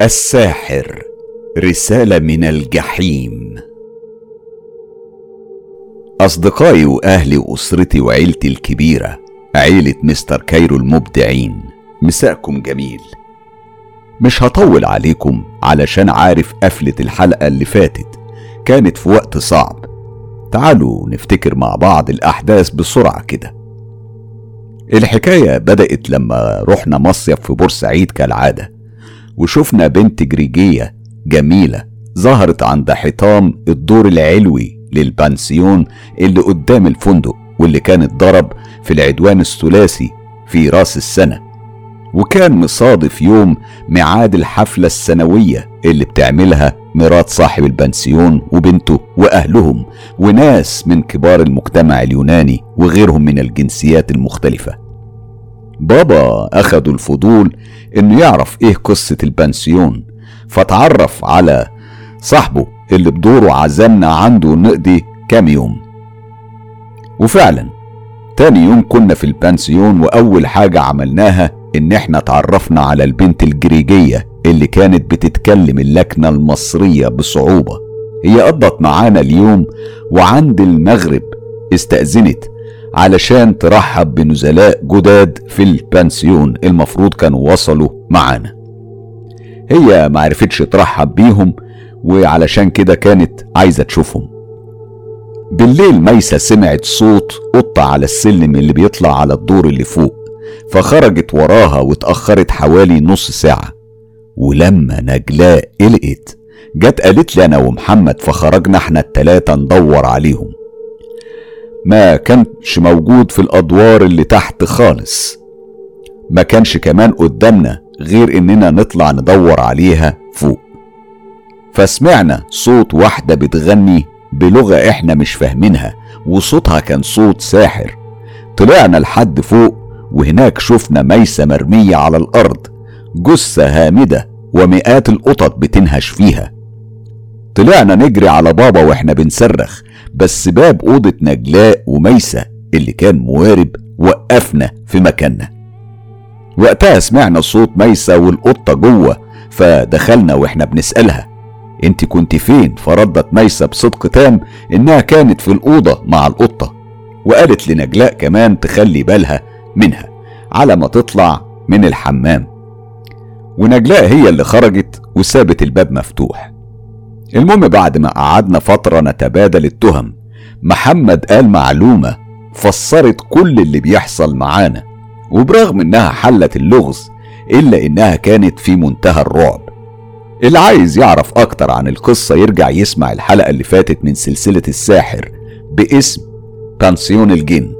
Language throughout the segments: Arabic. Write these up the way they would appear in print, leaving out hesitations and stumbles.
الساحر، رسالة من الجحيم. أصدقائي وأهلي وأسرتي وعيلتي الكبيرة، عيلة مستر كايرو المبدعين، مساءكم جميل. مش هطول عليكم علشان عارف قفلة الحلقة اللي فاتت كانت في وقت صعب. تعالوا نفتكر مع بعض الأحداث بسرعة كده. الحكاية بدأت لما رحنا مصيف في بورسعيد كالعادة، وشفنا بنت جريجية جميلة ظهرت عند حيطان الدور العلوي للبنسيون اللي قدام الفندق، واللي كان اتضرب في العدوان الثلاثي في راس السنة، وكان مصادف يوم ميعاد الحفلة السنوية اللي بتعملها مرات صاحب البنسيون وبنته وأهلهم وناس من كبار المجتمع اليوناني وغيرهم من الجنسيات المختلفة. بابا أخدوا الفضول إنه يعرف إيه قصة البنسيون، فتعرف على صاحبه اللي بدوره عزمنا عنده نقضي كام يوم. وفعلا تاني يوم كنا في البنسيون، وأول حاجة عملناها إن إحنا تعرفنا على البنت الجريجية اللي كانت بتتكلم اللكنة المصرية بصعوبة. هي قضت معانا اليوم، وعند المغرب استأذنت علشان ترحب بنزلاء جداد في البنسيون المفروض كانوا وصلوا معانا. هي معرفتش ترحب بيهم، وعلشان كده كانت عايزة تشوفهم. بالليل ميسة سمعت صوت قطة على السلم اللي بيطلع على الدور اللي فوق، فخرجت وراها واتأخرت حوالي نص ساعة. ولما نجلاء قلقت جت قالت لي أنا ومحمد، فخرجنا احنا التلاتة ندور عليهم. ما كانش موجود في الأدوار اللي تحت خالص، ما كانش كمان قدامنا غير إننا نطلع ندور عليها فوق. فسمعنا صوت واحدة بتغني بلغة إحنا مش فاهمينها، وصوتها كان صوت ساحر. طلعنا لحد فوق، وهناك شفنا ميسة مرمية على الأرض، جثة هامدة ومئات القطط بتنهش فيها. طلعنا نجري على بابا وإحنا بنصرخ، بس باب أوضة نجلاء وميسة اللي كان موارب وقفنا في مكاننا. وقتها سمعنا صوت ميسة والقطة جوه، فدخلنا وإحنا بنسألها انت كنت فين؟ فردت ميسة بصدق تام انها كانت في الأوضة مع القطة، وقالت لنجلاء كمان تخلي بالها منها على ما تطلع من الحمام. ونجلاء هي اللي خرجت وسابت الباب مفتوح. المهم بعد ما قعدنا فترة نتبادل التهم، محمد قال معلومة فسرت كل اللي بيحصل معانا، وبرغم انها حلت اللغز الا انها كانت في منتهى الرعب. اللي عايز يعرف اكتر عن القصة يرجع يسمع الحلقة اللي فاتت من سلسلة الساحر باسم بنسيون الجن.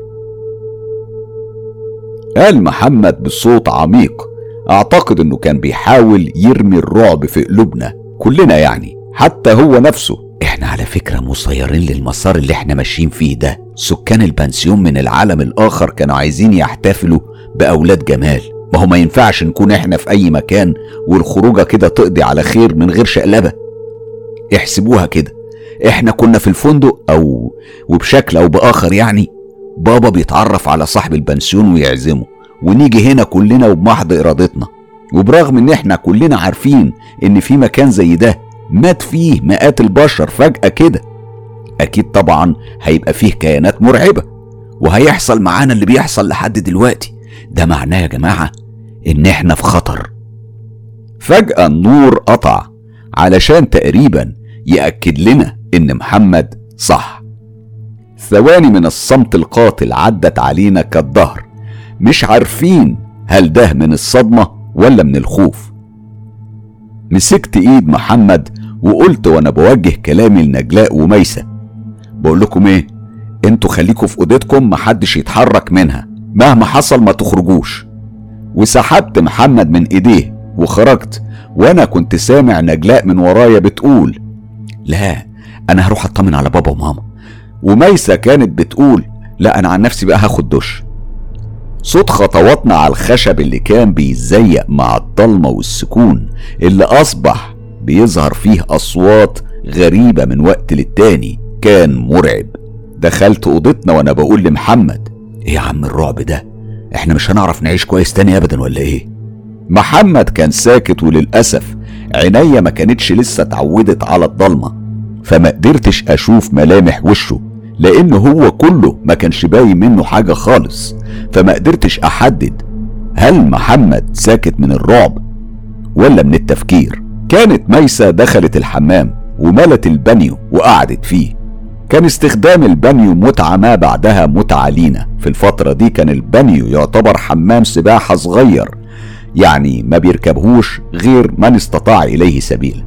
قال محمد بصوت عميق، اعتقد انه كان بيحاول يرمي الرعب في قلوبنا كلنا، يعني حتى هو نفسه. احنا على فكرة مسيرين للمسار اللي احنا ماشيين فيه ده. سكان البنسيون من العالم الاخر كانوا عايزين يحتفلوا باولاد جمال، ما هو ما ينفعش نكون احنا في اي مكان والخروجة كده تقضي على خير من غير شقلبة. احسبوها كده، احنا كنا في الفندق وبشكل او باخر يعني بابا بيتعرف على صاحب البنسيون ويعزمه، ونيجي هنا كلنا وبمحض ارادتنا، وبرغم ان احنا كلنا عارفين ان في مكان زي ده مات فيه مئات البشر فجأة كده، اكيد طبعا هيبقى فيه كيانات مرعبة، وهيحصل معانا اللي بيحصل لحد دلوقتي. ده معناه يا جماعة ان احنا في خطر. فجأة النور قطع علشان تقريبا يأكد لنا ان محمد صح. ثواني من الصمت القاتل عدت علينا كالدهر، مش عارفين هل ده من الصدمة ولا من الخوف. مسكت ايد محمد وقلت وانا بوجه كلامي لنجلاء وميسة، بقول لكم ايه، انتوا خليكوا في اوضتكم، محدش يتحرك منها، مهما حصل ما تخرجوش. وسحبت محمد من ايديه وخرجت، وانا كنت سامع نجلاء من ورايا بتقول لا انا هروح اطمن على بابا وماما، وميسة كانت بتقول لا انا عن نفسي بقى هاخد دش. صوت خطواتنا على الخشب اللي كان بيزيق مع الضلمة والسكون اللي اصبح بيظهر فيه اصوات غريبة من وقت للتاني كان مرعب. دخلت اوضتنا وانا بقول لمحمد ايه يا عم الرعب ده، احنا مش هنعرف نعيش كويس تاني ابدا ولا ايه؟ محمد كان ساكت، وللأسف عينيا ما كانتش لسه اتعودت على الضلمة، فما قدرتش اشوف ملامح وشه، لان هو كله ما كانش باين منه حاجة خالص. فما قدرتش احدد هل محمد ساكت من الرعب ولا من التفكير. كانت ميسة دخلت الحمام وملت البانيو وقعدت فيه. كان استخدام البانيو متعة ما بعدها متعة لينا. في الفترة دي كان البانيو يعتبر حمام سباحة صغير، يعني ما بيركبهوش غير من استطاع إليه سبيل.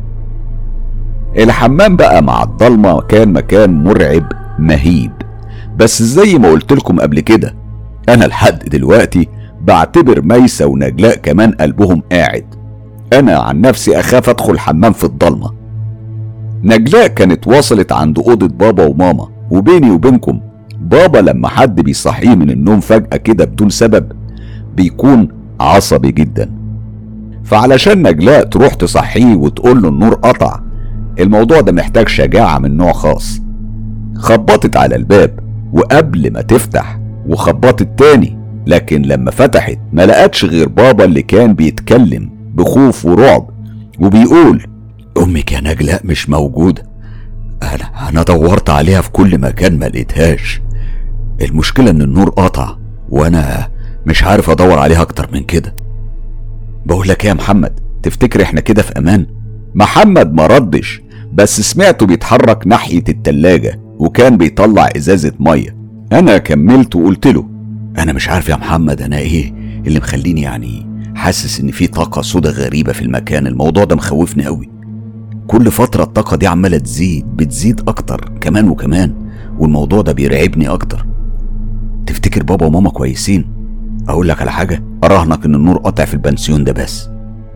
الحمام بقى مع الضلمة كان مكان مرعب مهيب، بس زي ما قلت لكم قبل كده أنا لحد دلوقتي بعتبر ميسة ونجلاء كمان قلبهم قاعد. أنا عن نفسي أخاف أدخل حمام في الضلمة. نجلاء كانت وصلت عند أوضة بابا وماما، وبيني وبينكم بابا لما حد بيصحيه من النوم فجأة كده بدون سبب بيكون عصبي جدا، فعلشان نجلاء تروح تصحيه وتقول له النور قطع، الموضوع ده محتاج شجاعة من نوع خاص. خبطت على الباب، وقبل ما تفتح وخبطت تاني، لكن لما فتحت ما لقتش غير بابا اللي كان بيتكلم بخوف ورعب وبيقول: امك يا نجلاء مش موجودة، انا دورت عليها في كل مكان ما لقيتهاش. المشكلة ان النور قطع وانا مش عارف ادور عليها اكتر من كده. بقول لك يا محمد، تفتكر احنا كده في امان؟ محمد ما ردش، بس سمعته بيتحرك ناحية التلاجة وكان بيطلع ازازة مية. انا كملت وقلت له: انا مش عارف يا محمد، انا ايه اللي مخليني يعني حاسس ان في طاقة سودة غريبة في المكان. الموضوع ده مخوفني قوي، كل فترة الطاقة دي عمالة بتزيد اكتر كمان وكمان، والموضوع ده بيرعبني اكتر. تفتكر بابا وماما كويسين؟ اقول لك على حاجة، اراهنك ان النور قطع في البنسيون ده بس.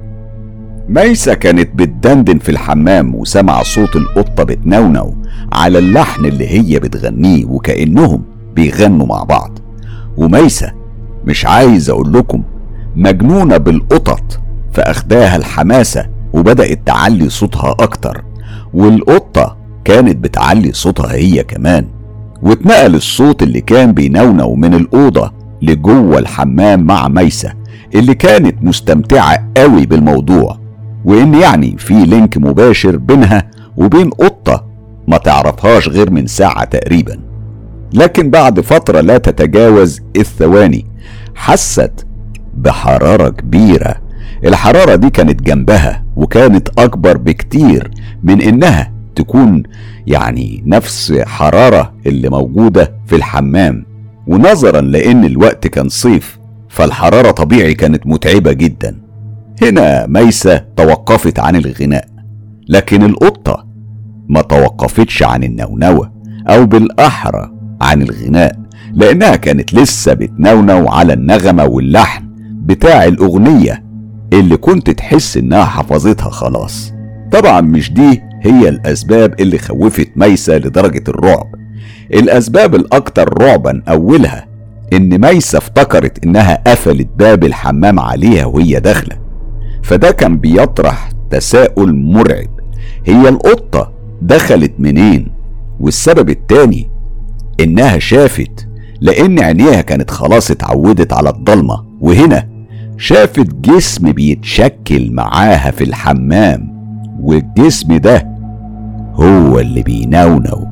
ميسة كانت بتدندن في الحمام وسمع صوت القطة بتنونو على اللحن اللي هي بتغنيه، وكأنهم بيغنوا مع بعض. وميسة مش عايز اقول لكم مجنونة بالقطط، فاخداها الحماسة وبدأت تعلي صوتها اكتر، والقطة كانت بتعلي صوتها هي كمان، واتنقل الصوت اللي كان بينونو من الأوضة لجوه الحمام مع ميسة اللي كانت مستمتعة قوي بالموضوع، وان يعني في لينك مباشر بينها وبين قطة ما تعرفهاش غير من ساعة تقريبا. لكن بعد فترة لا تتجاوز الثواني حست بحرارة كبيرة. الحرارة دي كانت جنبها وكانت أكبر بكتير من إنها تكون يعني نفس حرارة اللي موجودة في الحمام، ونظرا لأن الوقت كان صيف فالحرارة طبيعي كانت متعبة جدا. هنا ميسة توقفت عن الغناء، لكن القطة ما توقفتش عن النونوة، أو بالأحرى عن الغناء، لأنها كانت لسه بتنونو على النغمة واللحن بتاع الأغنية اللي كنت تحس إنها حفظتها خلاص. طبعا مش دي هي الأسباب اللي خوفت ميسة لدرجة الرعب. الأسباب الأكتر رعبا أولها إن ميسة افتكرت إنها قفلت باب الحمام عليها وهي داخلة، فده كان بيطرح تساؤل مرعب: هي القطة دخلت منين؟ والسبب التاني إنها شافت، لأن عينيها كانت خلاص اتعودت على الضلمة، وهنا شافت جسم بيتشكل معاها في الحمام، والجسم ده هو اللي بينونو.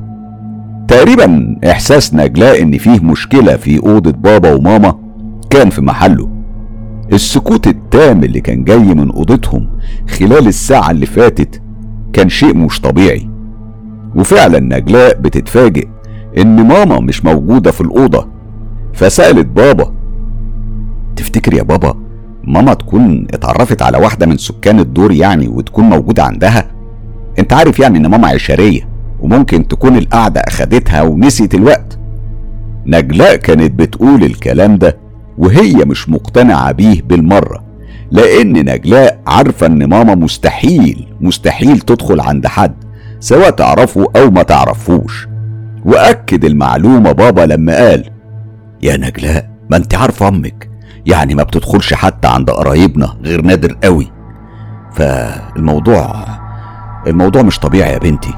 تقريبا احساس نجلاء ان فيه مشكلة في اوضة بابا وماما كان في محله. السكوت التام اللي كان جاي من اوضتهم خلال الساعة اللي فاتت كان شيء مش طبيعي، وفعلا نجلاء بتتفاجئ ان ماما مش موجودة في الاوضة، فسألت بابا: تفتكر يا بابا ماما تكون اتعرفت على واحدة من سكان الدور يعني وتكون موجودة عندها؟ انت عارف يعني ان ماما عشرية وممكن تكون القعدة اخدتها ونسيت الوقت. نجلاء كانت بتقول الكلام ده وهي مش مقتنعة بيه بالمرة، لان نجلاء عارفة ان ماما مستحيل تدخل عند حد سواء تعرفه او ما تعرفوش. واكد المعلومة بابا لما قال: يا نجلاء ما انت عارفة امك يعني ما بتدخلش حتى عند قرايبنا غير نادر قوي، فالموضوع مش طبيعي يا بنتي.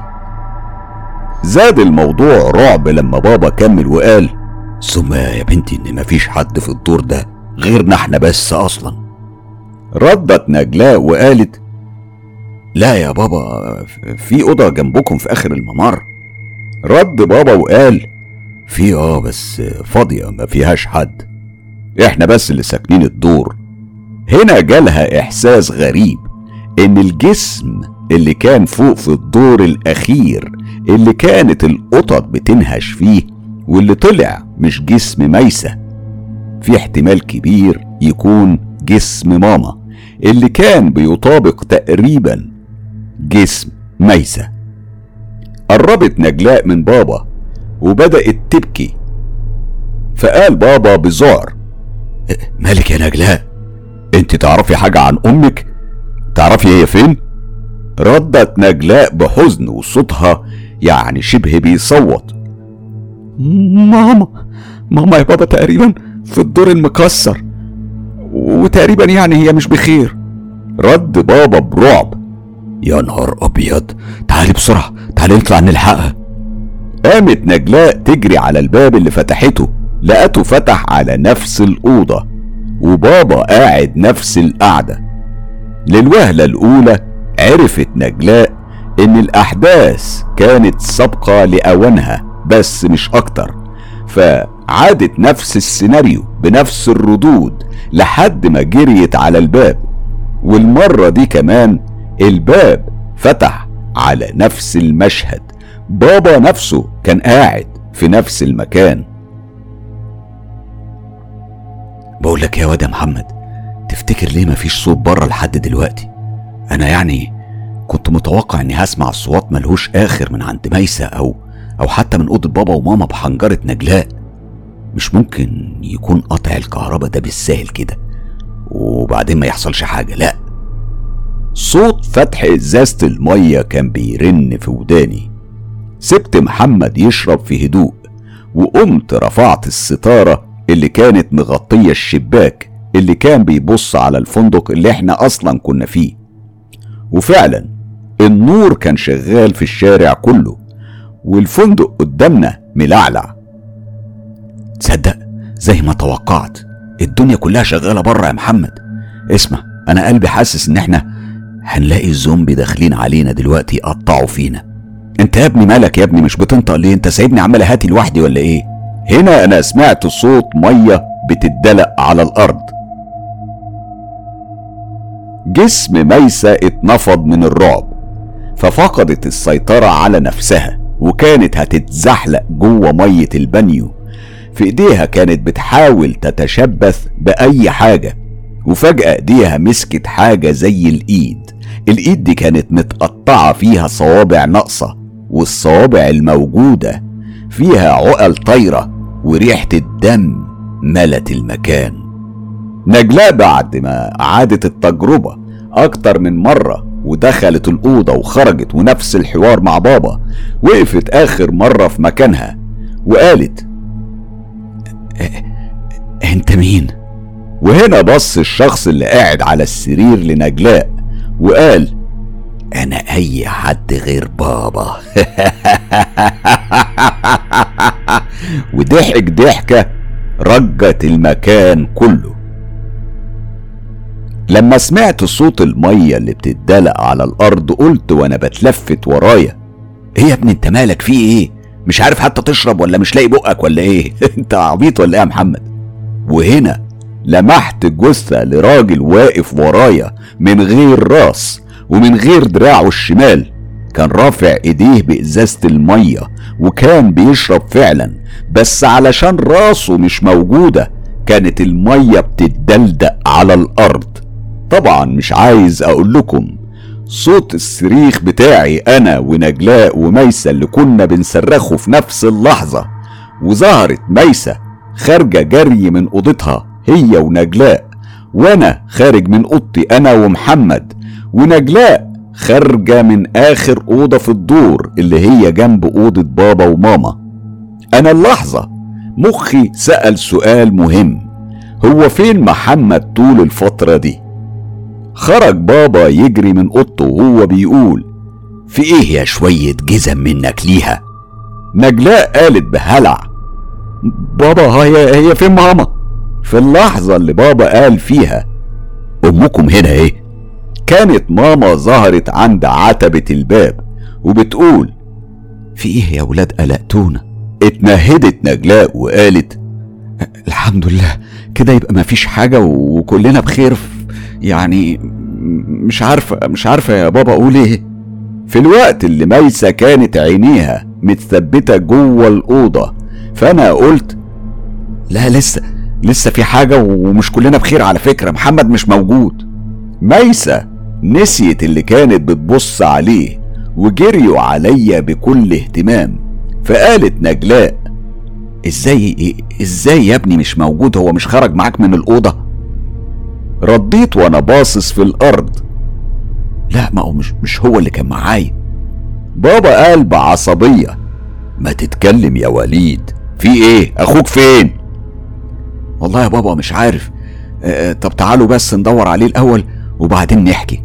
زاد الموضوع رعب لما بابا كمل وقال: ثم يا بنتي ان مفيش حد في الدور ده غيرنا احنا بس اصلا. ردت نجلاء وقالت: لا يا بابا، في أوضة جنبكم في آخر الممر. رد بابا وقال في بس فاضية ما فيهاش حد، احنا بس اللي ساكنين الدور. هنا جالها إحساس غريب إن الجسم اللي كان فوق في الدور الأخير اللي كانت القطط بتنهش فيه واللي طلع مش جسم ميسة، في احتمال كبير يكون جسم ماما اللي كان بيطابق تقريبا جسم ميسة. قربت نجلاء من بابا وبدأت تبكي، فقال بابا بذعر مالك يا نجلاء؟ انت تعرفي حاجة عن امك؟ تعرفي هي فين؟ ردت نجلاء بحزن وصوتها يعني شبه بيصوت. ماما يا بابا تقريبا في الدور المكسر، وتقريبا يعني هي مش بخير. رد بابا برعب. يا نهار ابيض، تعالي بسرعة، تعالي نطلع نلحقها. قامت نجلاء تجري على الباب اللي فتحته، لقته فتح على نفس الأوضة وبابا قاعد نفس القعدة. للوهلة الأولى عرفت نجلاء إن الأحداث كانت سابقة لأوانها بس مش أكتر، فعادت نفس السيناريو بنفس الردود لحد ما جريت على الباب، والمرة دي كمان الباب فتح على نفس المشهد. بابا نفسه كان قاعد في نفس المكان. بقولك يا واد يا محمد، تفتكر ليه مفيش صوت بره لحد دلوقتي؟ انا يعني كنت متوقع اني هسمع الصوت ملهوش اخر من عند ميسة او حتى من اوضة بابا وماما بحنجرة نجلاء. مش ممكن يكون قطع الكهرباء ده بالسهل كده وبعدين ما يحصلش حاجة. لا، صوت فتح ازازة المية كان بيرن في وداني. سبت محمد يشرب في هدوء وقمت رفعت الستارة اللي كانت مغطية الشباك اللي كان بيبص على الفندق اللي احنا اصلا كنا فيه. وفعلا النور كان شغال في الشارع كله والفندق قدامنا ملعلع. تصدق زي ما توقعت الدنيا كلها شغالة بره يا محمد. اسمع، انا قلبي حاسس ان احنا هنلاقي الزومبي داخلين علينا دلوقتي يقطعوا فينا. انت يا ابني مالك يا ابني؟ مش بتنطق ليه؟ انت سايبني عمال هاتي لوحدي ولا ايه؟ هنا انا سمعت صوت مية بتدلق على الارض. جسم ميسة اتنفض من الرعب ففقدت السيطرة على نفسها وكانت هتتزحلق جوه مية البانيو. في ايديها كانت بتحاول تتشبث بأي حاجة، وفجأة ايديها مسكت حاجة زي الايد دي كانت متقطعة فيها صوابع ناقصة، والصوابع الموجودة فيها عقل طايرة وريحة الدم ملت المكان. نجلاء بعد ما عادت التجربة اكتر من مرة ودخلت الأوضة وخرجت ونفس الحوار مع بابا، وقفت آخر مرة في مكانها وقالت انت مين؟ وهنا بص الشخص اللي قاعد على السرير لنجلاء وقال انا اي حد غير بابا. وضحك ضحكة رجت المكان كله. لما سمعت صوت المية اللي بتدلق على الارض قلت وانا بتلفت ورايا ايه يا ابني انت مالك؟ في ايه؟ مش عارف حتى تشرب ولا مش لاقي بقك ولا ايه؟ انت عبيط ولا ايه يا محمد؟ وهنا لمحت جثة لراجل واقف ورايا من غير راس ومن غير دراعه الشمال، كان رافع ايديه بإزازة المية وكان بيشرب فعلا، بس علشان راسه مش موجودة كانت المية بتدلدق على الارض. طبعا مش عايز اقول لكم صوت الصريخ بتاعي انا ونجلاء وميسة اللي كنا بنصرخه في نفس اللحظة. وظهرت ميسة خارجة جري من اوضتها هي ونجلاء، وانا خارج من اوضتي انا ومحمد، ونجلاء خارجة من اخر اوضة في الدور اللي هي جنب اوضة بابا وماما. انا اللحظة مخي سأل سؤال مهم، هو فين محمد طول الفترة دي؟ خرج بابا يجري من اوضته وهو بيقول في ايه يا شوية جزم منك ليها؟ نجلاء قالت بهلع بابا هي فين ماما؟ في اللحظة اللي بابا قال فيها امكم هنا ايه؟ فكانت ماما ظهرت عند عتبة الباب وبتقول: في ايه يا ولاد قلقتونا؟ اتنهدت نجلاء وقالت: الحمد لله كده يبقى مفيش حاجة وكلنا بخير. يعني مش عارفة يا بابا اقول ايه. في الوقت اللي ميسة كانت عينيها متثبتة جوه الأوضة، فأنا قلت: لا لسه في حاجة ومش كلنا بخير على فكرة، محمد مش موجود. ميسة نسيت اللي كانت بتبص عليه وجريوا عليا بكل اهتمام، فقالت نجلاء: ازاي يا ابني مش موجود؟ هو مش خرج معاك من الأوضة؟ رديت وانا باصص في الأرض: لا ما هو مش هو اللي كان معايا. بابا قال بعصبية: ما تتكلم يا وليد، في ايه؟ اخوك فين؟ والله يا بابا مش عارف. طب تعالوا بس ندور عليه الأول وبعدين نحكي.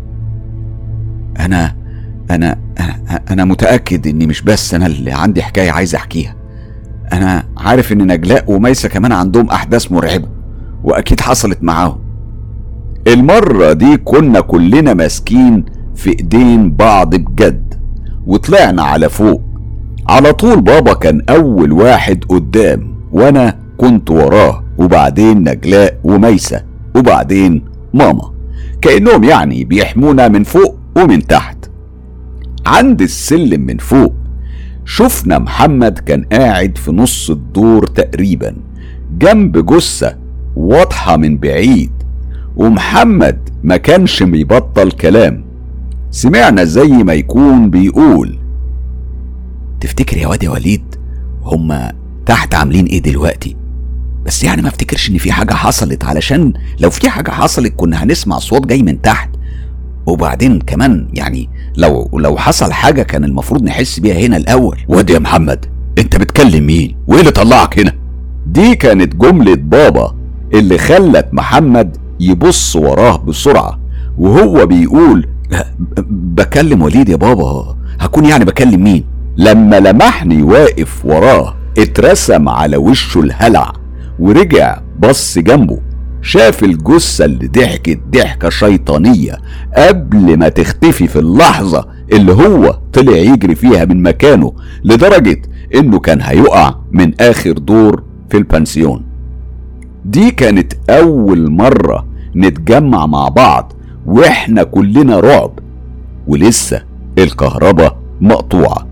أنا متأكد إني مش بس أنا اللي عندي حكاية عايز أحكيها. أنا عارف إن نجلاء وميسة كمان عندهم أحداث مرعبة وأكيد حصلت معاهم. المرة دي كنا كلنا ماسكين في ايدين بعض بجد وطلعنا على فوق على طول. بابا كان أول واحد قدام وأنا كنت وراه، وبعدين نجلاء وميسة، وبعدين ماما، كأنهم يعني بيحمونا من فوق ومن تحت. عند السلم من فوق شفنا محمد كان قاعد في نص الدور تقريبا جنب جثة واضحة من بعيد، ومحمد ما كانش بيبطل كلام. سمعنا زي ما يكون بيقول: تفتكر يا واد يا وليد هما تحت عاملين ايه دلوقتي؟ بس يعني ما افتكرش ان في حاجة حصلت، علشان لو في حاجة حصلت كنا هنسمع صوت جاي من تحت، وبعدين كمان يعني لو حصل حاجة كان المفروض نحس بيها هنا الاول. واد يا محمد انت بتكلم مين؟ وايه اللي طلعك هنا؟ دي كانت جملة بابا اللي خلت محمد يبص وراه بسرعة وهو بيقول: بكلم وليد يا بابا، هكون يعني بكلم مين؟ لما لمحني واقف وراه اترسم على وشه الهلع ورجع بص جنبه، شاف الجثة اللي ضحكت ضحكة شيطانية قبل ما تختفي في اللحظة اللي هو طلع يجري فيها من مكانه، لدرجة انه كان هيقع من اخر دور في البنسيون. دي كانت اول مرة نتجمع مع بعض واحنا كلنا رعب ولسه الكهرباء مقطوعة.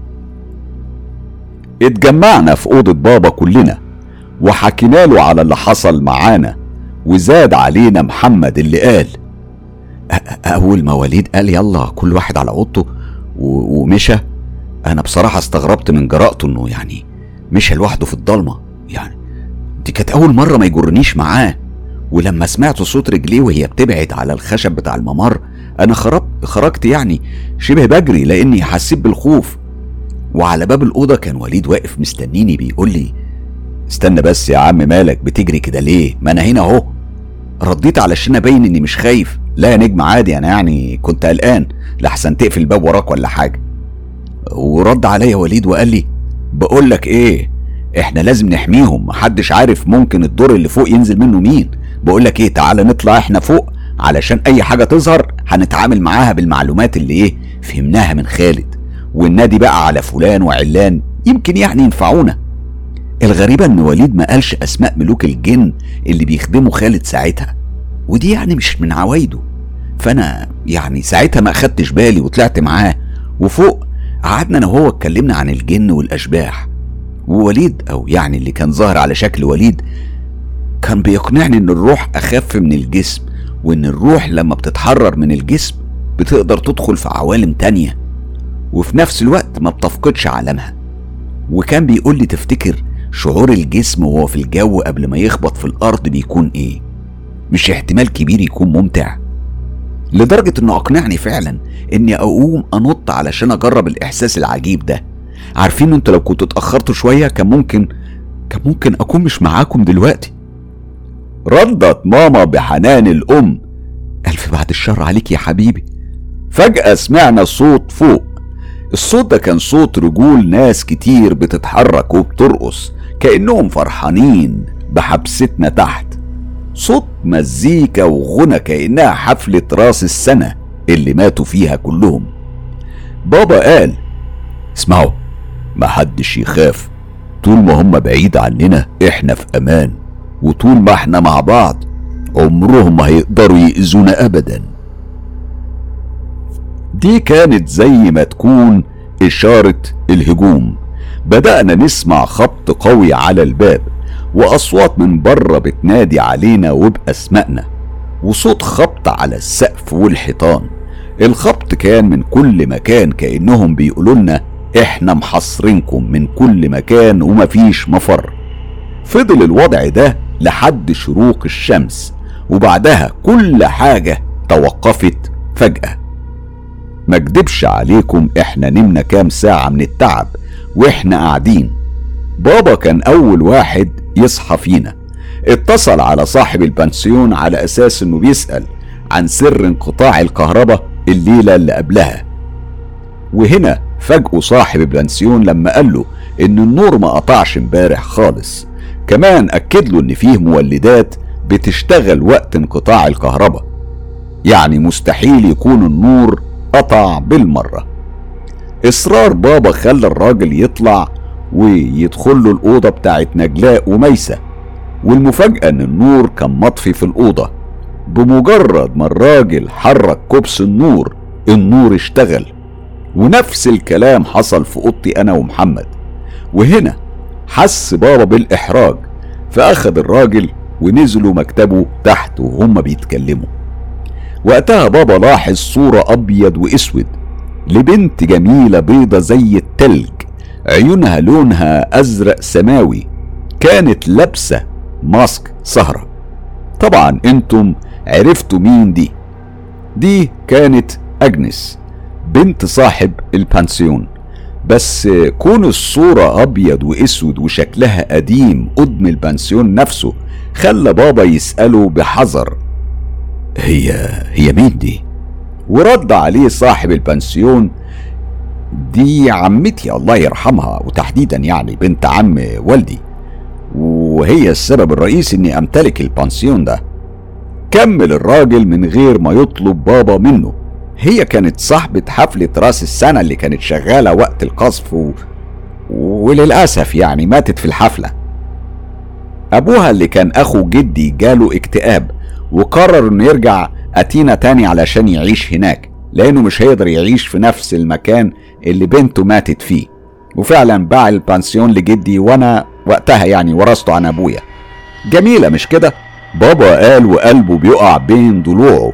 اتجمعنا في اوضة بابا كلنا وحكينا له على اللي حصل معانا، وزاد علينا محمد اللي قال: اول ما وليد قال يلا كل واحد على اوضته ومشى، انا بصراحة استغربت من جرأته انه يعني مشى لوحده في الضلمة. يعني دي كانت اول مرة ما يجرنيش معاه، ولما سمعت صوت رجليه وهي بتبعد على الخشب بتاع الممر انا خرجت يعني شبه بجري لاني حسيت بالخوف. وعلى باب الأوضة كان وليد واقف مستنيني بيقول لي: استنى بس يا عم، مالك بتجري كده ليه؟ ما انا هنا اهو. رديت علشان ابين اني مش خايف. لا يا نجم عادي، انا يعني كنت قلقان لحسن تقفل الباب وراك ولا حاجة. ورد عليا وليد وقال لي: بقول لك ايه، احنا لازم نحميهم، محدش عارف ممكن الدور اللي فوق ينزل منه مين. بقول لك ايه، تعالى نطلع احنا فوق علشان اي حاجة تظهر هنتعامل معاها بالمعلومات اللي فهمناها من خالد، والنادي بقى على فلان وعلان يمكن يعني ينفعونا. الغريبة ان وليد ما قالش اسماء ملوك الجن اللي بيخدموا خالد ساعتها، ودي يعني مش من عوايده. فانا يعني ساعتها ما اخدتش بالي وطلعت معاه، وفوق قعدنا انا وهو اتكلمنا عن الجن والاشباح. ووليد او يعني اللي كان ظاهر على شكل وليد كان بيقنعني ان الروح اخف من الجسم، وان الروح لما بتتحرر من الجسم بتقدر تدخل في عوالم تانية وفي نفس الوقت ما بتفقدش عالمها. وكان بيقول لي: تفتكر شعور الجسم وهو في الجو قبل ما يخبط في الارض بيكون ايه؟ مش احتمال كبير يكون ممتع؟ لدرجة انه اقنعني فعلا اني اقوم انط علشان اجرب الاحساس العجيب ده. عارفين انتوا لو كنتوا اتأخرتوا شوية كان ممكن اكون مش معاكم دلوقتي. ردت ماما بحنان الام: الف بعد الشر عليك يا حبيبي. فجأة سمعنا صوت فوق. الصوت ده كان صوت رجول ناس كتير بتتحرك وبترقص كأنهم فرحانين بحبستنا تحت. صوت مزيكا وغنى كأنها حفلة راس السنة. اللي ماتوا فيها كلهم. بابا قال: اسمعوا، محدش يخاف، طول ما هم بعيد عننا احنا في امان، وطول ما احنا مع بعض عمرهم ما هيقدروا يأذونا ابدا. دي كانت زي ما تكون اشارة الهجوم. بدأنا نسمع خبط قوي على الباب، واصوات من بره بتنادي علينا وباسمائنا، وصوت خبط على السقف والحيطان. الخبط كان من كل مكان، كأنهم بيقولوا لنا احنا محاصرينكم من كل مكان ومفيش مفر. فضل الوضع ده لحد شروق الشمس، وبعدها كل حاجة توقفت فجأة. ما اكدبش عليكم، احنا نمنا كام ساعة من التعب واحنا قاعدين. بابا كان اول واحد يصحى فينا. اتصل على صاحب البنسيون على اساس انه بيسأل عن سر انقطاع الكهرباء الليلة اللي قبلها، وهنا فاجئه صاحب البنسيون لما قال له ان النور ما قطعش امبارح خالص. كمان اكد له ان فيه مولدات بتشتغل وقت انقطاع الكهرباء، يعني مستحيل يكون النور قطع بالمرة. اصرار بابا خلى الراجل يطلع ويدخل له الأوضة بتاعت نجلاء وميسة، والمفاجأة ان النور كان مطفي في الأوضة. بمجرد ما الراجل حرك كوبس النور اشتغل، ونفس الكلام حصل في أوضتي أنا ومحمد. وهنا حس بابا بالإحراج، فأخذ الراجل ونزلوا مكتبه تحت وهم بيتكلموا. وقتها بابا لاحظ صورة أبيض وإسود لبنت جميلة بيضة زي التلج، عيونها لونها أزرق سماوي، كانت لابسة ماسك سهرة. طبعا انتم عرفتوا مين دي كانت أجنس بنت صاحب البانسيون. بس كون الصورة أبيض وإسود وشكلها قديم قدم البانسيون نفسه خلى بابا يسأله بحذر: هي مين دي؟ ورد عليه صاحب البنسيون: دي عمتي الله يرحمها، وتحديدا يعني بنت عم والدي، وهي السبب الرئيسي اني امتلك البنسيون ده. كمل الراجل من غير ما يطلب بابا منه: هي كانت صاحبة حفلة راس السنة اللي كانت شغالة وقت القصف وللأسف يعني ماتت في الحفلة. أبوها اللي كان أخو جدي جاله اكتئاب، وقرر انه يرجع أتينا تاني علشان يعيش هناك، لأنه مش هيقدر يعيش في نفس المكان اللي بنته ماتت فيه. وفعلا باع البانسيون لجدي، وانا وقتها يعني ورثته عن ابويا. جميلة مش كده؟ بابا قال وقلبه بيقع بين ضلوعه.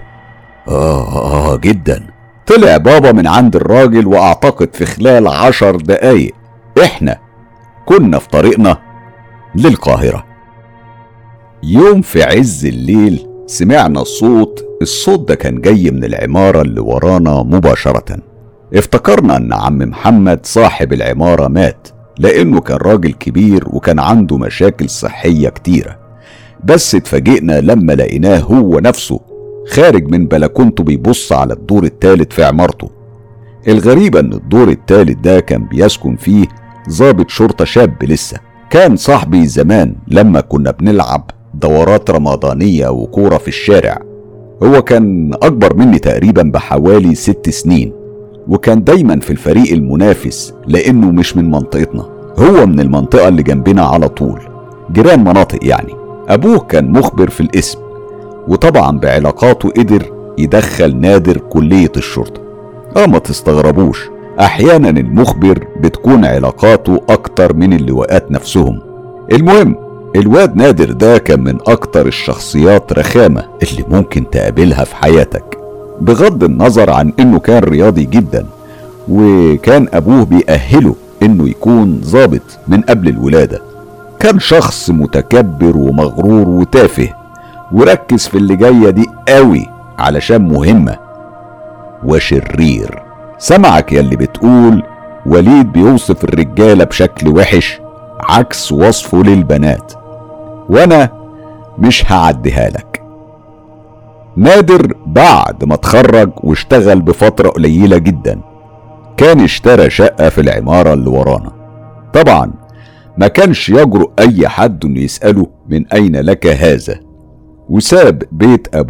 جدا. طلع بابا من عند الراجل، واعتقد في خلال 10 دقايق احنا كنا في طريقنا للقاهرة. يوم في عز الليل سمعنا الصوت ده كان جاي من العمارة اللي ورانا مباشرة. افتكرنا ان عم محمد صاحب العمارة مات، لانه كان راجل كبير وكان عنده مشاكل صحية كتيرة. بس اتفاجئنا لما لقيناه هو نفسه خارج من بلكونته بيبص على الدور الثالث في عمارته. الغريبة ان الدور الثالث ده كان بيسكن فيه ضابط شرطة شاب لسه، كان صاحبي زمان لما كنا بنلعب دورات رمضانية وكورة في الشارع. هو كان أكبر مني تقريبا بحوالي 6 سنين، وكان دايما في الفريق المنافس لأنه مش من منطقتنا، هو من المنطقة اللي جنبنا على طول، جيران مناطق يعني. أبوه كان مخبر في القسم، وطبعا بعلاقاته قدر يدخل نادر كلية الشرطة. ما تستغربوش، أحيانا المخبر بتكون علاقاته أكتر من اللواءات نفسهم. المهم الواد نادر ده كان من اكتر الشخصيات رخامة اللي ممكن تقابلها في حياتك، بغض النظر عن انه كان رياضي جدا، وكان ابوه بيأهله انه يكون ضابط من قبل الولادة. كان شخص متكبر ومغرور وتافه، وركز في اللي جاية دي قوي علشان مهمة، وشرير. سمعك يلي بتقول وليد بيوصف الرجالة بشكل وحش عكس وصفه للبنات، وانا مش هعديها لك. نادر بعد ما اتخرج واشتغل بفترة قليلة جدا كان اشترى شقة في العمارة اللي ورانا. طبعا ما كانش يجرؤ اي حد انه يسأله من اين لك هذا، وساب بيت ابوه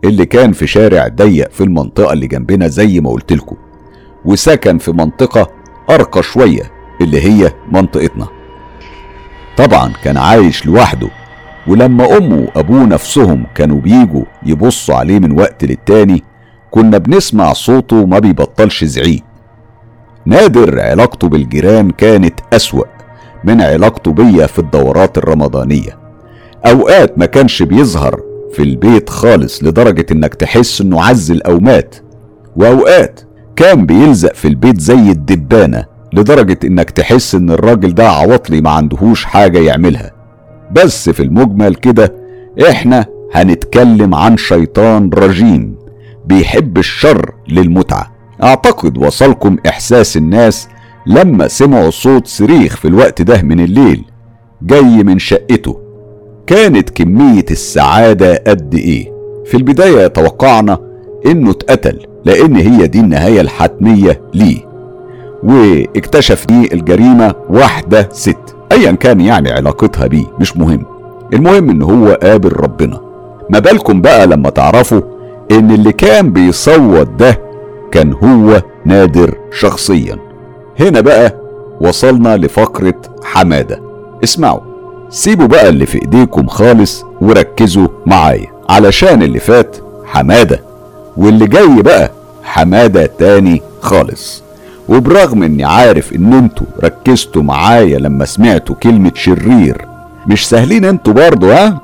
اللي كان في شارع ضيق في المنطقة اللي جنبنا زي ما قلتلكوا، وسكن في منطقة أرقى شوية اللي هي منطقتنا. طبعا كان عايش لوحده، ولما أمه وأبوه نفسهم كانوا بيجوا يبصوا عليه من وقت للتاني كنا بنسمع صوته ما بيبطلش زعيق. نادر علاقته بالجيران كانت أسوأ من علاقته بيا في الدورات الرمضانية. أوقات ما كانش بيظهر في البيت خالص لدرجة إنك تحس إنه عزل أو مات، وأوقات كان بيلزق في البيت زي الدبانة لدرجة إنك تحس إن الراجل ده عواطلي ما عندهوش حاجة يعملها. بس في المجمل كده إحنا هنتكلم عن شيطان رجيم بيحب الشر للمتعة. أعتقد وصلكم إحساس الناس لما سمعوا صوت صريخ في الوقت ده من الليل جاي من شقته. كانت كمية السعادة قد إيه. في البداية توقعنا إنه اتقتل لأن هي دي النهاية الحتمية ليه، واكتشف دي الجريمة واحدة ست أيا كان يعني علاقتها بيه مش مهم، المهم إن هو قابل ربنا. ما بالكم بقى لما تعرفوا إن اللي كان بيصوت ده كان هو نادر شخصيا. هنا بقى وصلنا لفقرة حمادة. اسمعوا، سيبوا بقى اللي في ايديكم خالص وركزوا معايا علشان اللي فات حمادة واللي جاي بقى حمادة تاني خالص. وبرغم اني عارف ان انتوا ركزتوا معايا لما سمعتوا كلمة شرير، مش سهلين انتوا برضو ها؟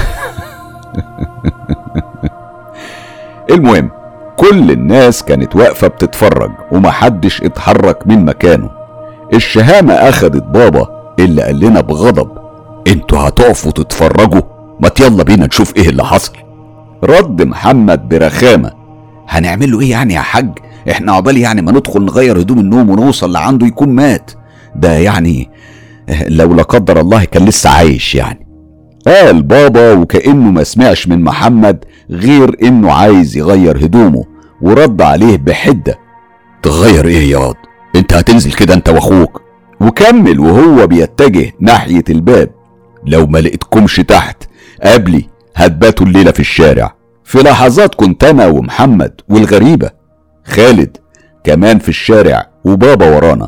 المهم كل الناس كانت واقفة بتتفرج ومحدش اتحرك من مكانه. الشهامة اخدت بابا اللي قال لنا بغضب: انتوا هتقفوا تتفرجوا؟ ما يلا بينا نشوف ايه اللي حصل. رد محمد برخامة: هنعمل له ايه يعني يا حاج؟ احنا عقبال يعني ما ندخل نغير هدوم النوم ونوصل لعنده يكون مات، ده يعني لو لا قدر الله كان لسه عايش يعني. قال بابا وكأنه ما سمعش من محمد غير انه عايز يغير هدومه، ورد عليه بحدة: تغير ايه يا واد؟ انت هتنزل كده انت واخوك. وكمل وهو بيتجه ناحية الباب: لو ما لقيتكمش تحت قبلي هتباتوا الليلة في الشارع. في لحظات كنت انا ومحمد والغريبة خالد كمان في الشارع وبابا ورانا.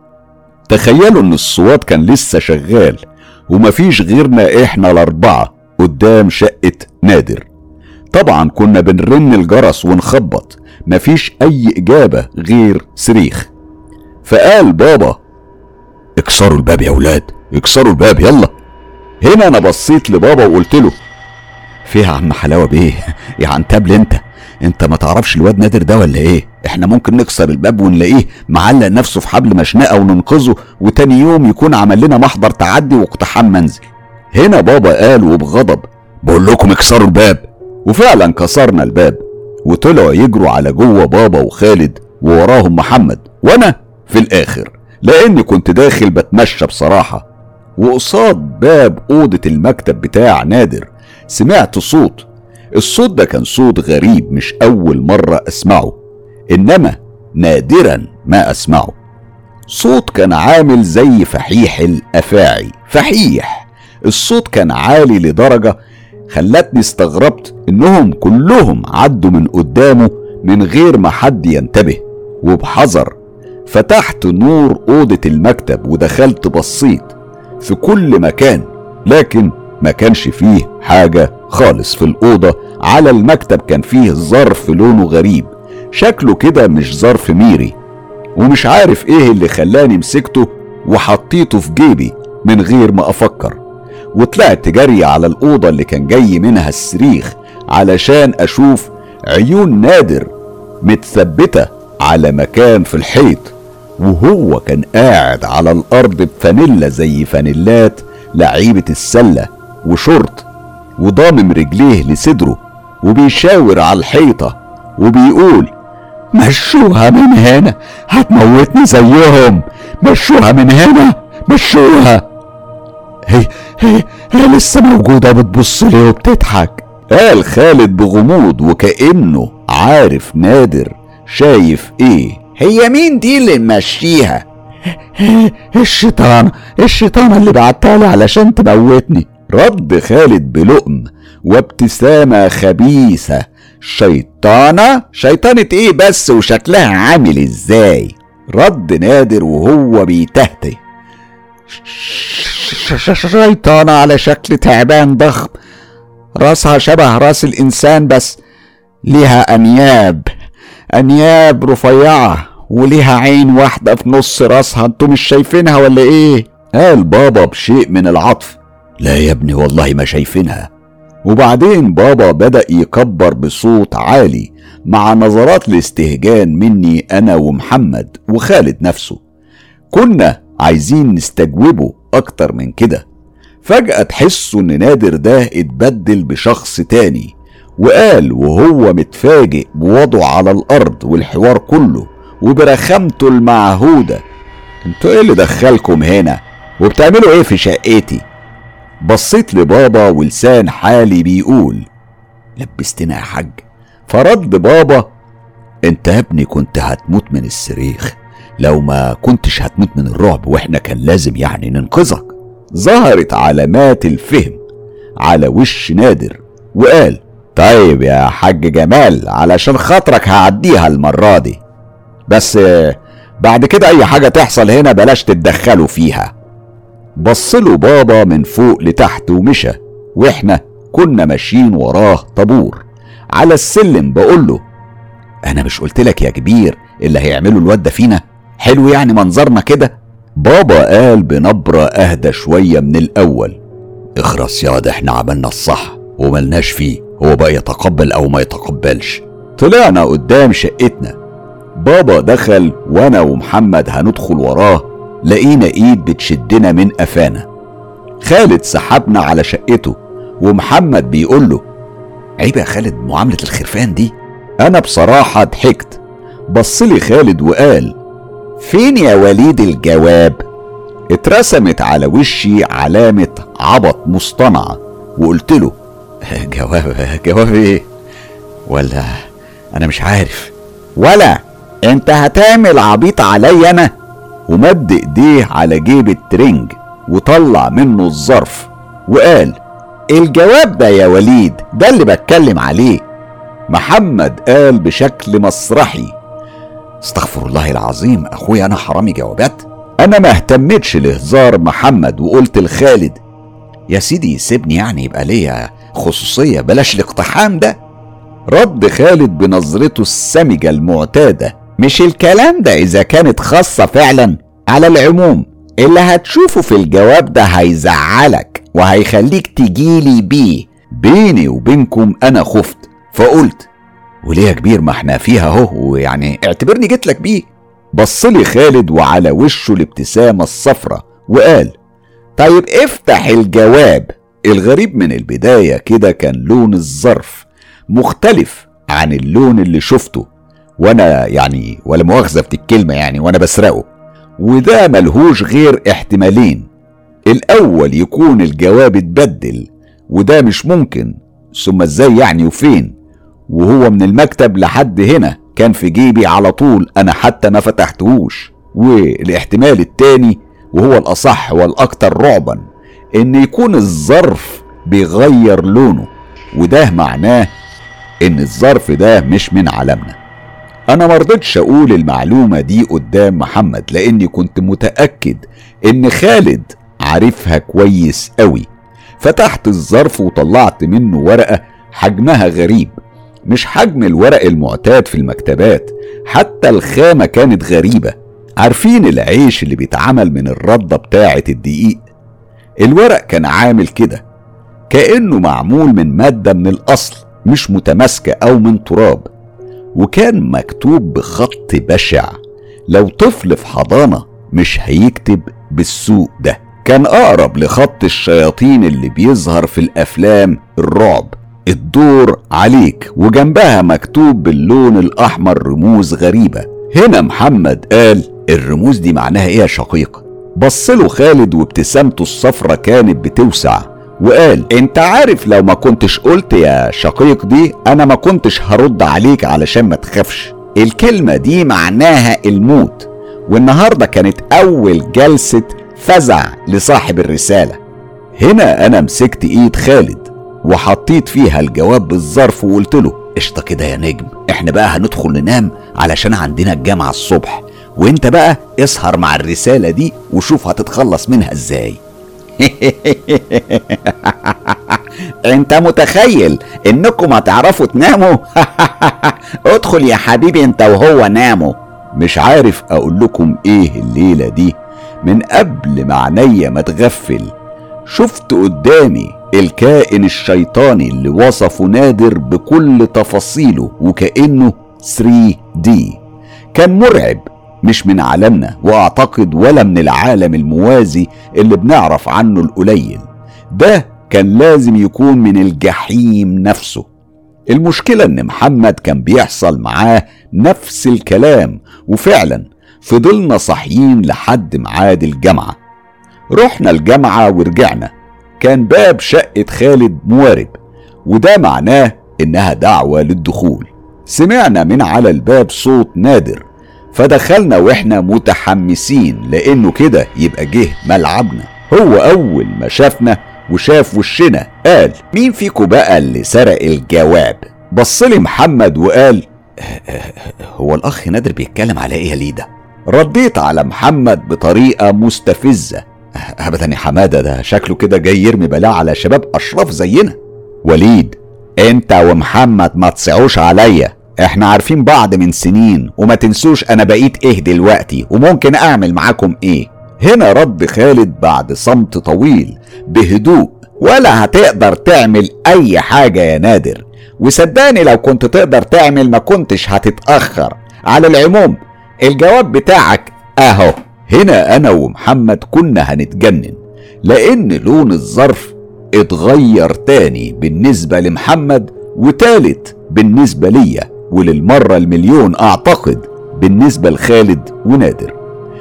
تخيلوا ان الصوات كان لسه شغال ومفيش غيرنا احنا الاربعة قدام شقة نادر. طبعا كنا بنرن الجرس ونخبط، مفيش اي اجابة غير صريخ. فقال بابا: اكسروا الباب يا ولاد، اكسروا الباب يلا. هنا انا بصيت لبابا وقلت له: فيها عم حلاوة بيه يا عنتبل انت ما تعرفش الواد نادر ده ولا ايه؟ احنا ممكن نكسر الباب ونلاقيه معلق نفسه في حبل مشنقة وننقذه، وتاني يوم يكون عمل لنا محضر تعدي واقتحام منزل. هنا بابا قال وبغضب: بقول لكم اكسروا الباب. وفعلا كسرنا الباب وطلعوا يجروا على جوه بابا وخالد ووراهم محمد وانا في الاخر، لاني كنت داخل بتمشى بصراحة. وقصاد باب اوضة المكتب بتاع نادر سمعت صوت. الصوت ده كان صوت غريب، مش اول مرة اسمعه، انما نادرا ما اسمعه. صوت كان عامل زي فحيح الافاعي، فحيح. الصوت كان عالي لدرجة خلتني استغربت انهم كلهم عدوا من قدامه من غير ما حد ينتبه. وبحذر فتحت نور اوضة المكتب ودخلت بصيت في كل مكان، لكن ما كانش فيه حاجة خالص في الأوضة. على المكتب كان فيه ظرف لونه غريب، شكله كده مش ظرف ميري، ومش عارف ايه اللي خلاني مسكته وحطيته في جيبي من غير ما افكر. وطلعت جري على الأوضة اللي كان جاي منها الصريخ علشان اشوف عيون نادر متثبتة على مكان في الحيط، وهو كان قاعد على الأرض بفانيلا زي فانيلات لعيبة السلة وشورت، وضامم رجليه لصدره وبيشاور على الحيطة وبيقول: مشوها من هنا هتموتني زيهم، مشوها من هنا مشوها. هي لسه موجودة بتبص لي وبتضحك، قال خالد بغموض وكأنه عارف نادر شايف ايه. هي مين دي اللي ممشيها؟ الشيطان اللي بعتها لي علشان تموتني، رد خالد بلؤم وابتسامة خبيثة شيطانة ايه بس وشكلها عامل ازاي؟ رد نادر وهو بيتهته. شيطانة على شكل تعبان ضخم، راسها شبه راس الإنسان بس ليها أنياب رفيعة وليها عين واحدة في نص راسها. انتوا مش شايفينها ولا ايه؟ قال بابا بشيء من العطف. لا يا ابني والله ما شايفينها. وبعدين بابا بدأ يكبر بصوت عالي مع نظرات الاستهجان مني أنا ومحمد وخالد نفسه. كنا عايزين نستجوبه أكتر من كده. فجأة تحسوا إن نادر ده اتبدل بشخص تاني، وقال وهو متفاجئ بوضعه على الأرض والحوار كله وبرخامته المعهودة: انتوا ايه اللي دخلكم هنا وبتعملوا ايه في شقتي؟ بصيت لبابا ولسان حالي بيقول: لبستنا يا حاج. فرد بابا: انت يا ابني كنت هتموت من الصريخ لو ما كنتش هتموت من الرعب، واحنا كان لازم يعني ننقذك. ظهرت علامات الفهم على وش نادر وقال: طيب يا حاج جمال، علشان خاطرك هعديها المرة دي، بس بعد كده اي حاجة تحصل هنا بلاش تتدخلوا فيها. بصله بابا من فوق لتحت ومشى، واحنا كنا ماشيين وراه طابور على السلم. بقوله: انا مش قلتلك يا كبير اللي هيعمله الواد ده فينا؟ حلو يعني منظرنا كده؟ بابا قال بنبرة اهدى شوية من الاول: اخرس ياض، احنا عملنا الصح وملناش فيه، هو بقى يتقبل او ما يتقبلش. طلعنا قدام شقتنا. بابا دخل وانا ومحمد هندخل وراه، لقينا ايد بتشدنا من قفانا. خالد سحبنا على شقته ومحمد بيقول له: عيب يا خالد معاملة الخرفان دي. انا بصراحة ضحكت. بصلي خالد وقال: فين يا وليد الجواب؟ اترسمت على وشي علامة عبط مصطنعة وقلت له: جواب ايه؟ ولا انا مش عارف. ولا انت هتعمل عبيط علي انا؟ ومد ايديه على جيب الترنج وطلع منه الظرف وقال: الجواب ده يا وليد، ده اللي بتكلم عليه. محمد قال بشكل مسرحي: استغفر الله العظيم اخويا، انا حرامي جوابات؟ انا ما اهتمتش لهزار محمد وقلت لخالد: يا سيدي سيبني يعني يبقى ليا خصوصية، بلاش الاقتحام ده. رد خالد بنظرته السمجة المعتادة: مش الكلام ده اذا كانت خاصة فعلا. على العموم اللي هتشوفه في الجواب ده هيزعلك وهيخليك تجيلي بيه. بيني وبينكم انا خفت فقلت: وليه يا كبير، ما احنا فيها اهو، يعني اعتبرني جيت لك بيه. بصلي خالد وعلى وشه الابتسامة الصفرة وقال: طيب افتح الجواب. الغريب من البداية كده كان لون الظرف مختلف عن اللون اللي شفته وانا يعني ولا مؤاخذة في الكلمة يعني وانا بسرقه، وده ملهوش غير احتمالين: الاول يكون الجواب اتبدل وده مش ممكن، ثم ازاي يعني وفين؟ وهو من المكتب لحد هنا كان في جيبي على طول، انا حتى ما فتحتهوش. والاحتمال التاني وهو الاصح والاكثر رعبا: ان يكون الظرف بيغير لونه، وده معناه ان الظرف ده مش من عالمنا. انا مرضتش اقول المعلومة دي قدام محمد لاني كنت متأكد ان خالد عارفها كويس قوي. فتحت الظرف وطلعت منه ورقة حجمها غريب، مش حجم الورق المعتاد في المكتبات، حتى الخامة كانت غريبة. عارفين العيش اللي بيتعمل من الردة بتاعة الدقيق؟ الورق كان عامل كده، كأنه معمول من مادة من الأصل مش متماسكة أو من تراب، وكان مكتوب بخط بشع. لو طفل في حضانة مش هيكتب بالسوء ده، كان أقرب لخط الشياطين اللي بيظهر في الأفلام الرعب: الدور عليك، وجنبها مكتوب باللون الأحمر رموز غريبة. هنا محمد قال: الرموز دي معناها ايه يا شقيق؟ بصله خالد وابتسامته الصفرة كانت بتوسع وقال: انت عارف لو ما كنتش قلت يا شقيق دي انا ما كنتش هرد عليك علشان ما تخافش. الكلمة دي معناها الموت، والنهاردة كانت اول جلسة فزع لصاحب الرسالة. هنا انا مسكت ايد خالد وحطيت فيها الجواب بالظرف وقلت له: قشطة كده يا نجم، احنا بقى هندخل ننام علشان عندنا الجامعة الصبح، وانت بقى اسهر مع الرسالة دي وشوف هتتخلص منها ازاي. انت متخيل انكم هتعرفوا تناموا؟ ادخل يا حبيبي انت وهو ناموا. مش عارف اقول لكم ايه الليلة دي، من قبل ما عينيا ما تغفل شفت قدامي الكائن الشيطاني اللي وصفه نادر بكل تفاصيله وكأنه 3D. كان مرعب، مش من عالمنا واعتقد ولا من العالم الموازي اللي بنعرف عنه القليل. ده كان لازم يكون من الجحيم نفسه. المشكلة ان محمد كان بيحصل معاه نفس الكلام، وفعلا فضلنا صاحيين لحد ميعاد الجامعة. رحنا الجامعة ورجعنا، كان باب شقة خالد موارب، وده معناه انها دعوة للدخول. سمعنا من على الباب صوت نادر، فدخلنا واحنا متحمسين لانه كده يبقى جه ملعبنا. هو اول ما شافنا وشاف وشنا قال: مين فيكم بقى اللي سرق الجواب؟ بصلي محمد وقال: هو الاخ نادر بيتكلم على ايه يا ليدا؟ رديت على محمد بطريقة مستفزة: ابدا يا حمادة، ده شكله كده جاي يرمي بلاء على شباب اشراف زينا. وليد، انت ومحمد ما تصعوش عليا، احنا عارفين بعض من سنين، وما تنسوش انا بقيت ايه دلوقتي وممكن اعمل معاكم ايه. هنا رد خالد بعد صمت طويل بهدوء: ولا هتقدر تعمل اي حاجة يا نادر، وصدقني لو كنت تقدر تعمل ما كنتش هتتأخر. على العموم الجواب بتاعك اهو. هنا انا ومحمد كنا هنتجنن، لان لون الظرف اتغير تاني بالنسبة لمحمد، وتالت بالنسبة ليا، وللمرة المليون اعتقد بالنسبة لخالد ونادر.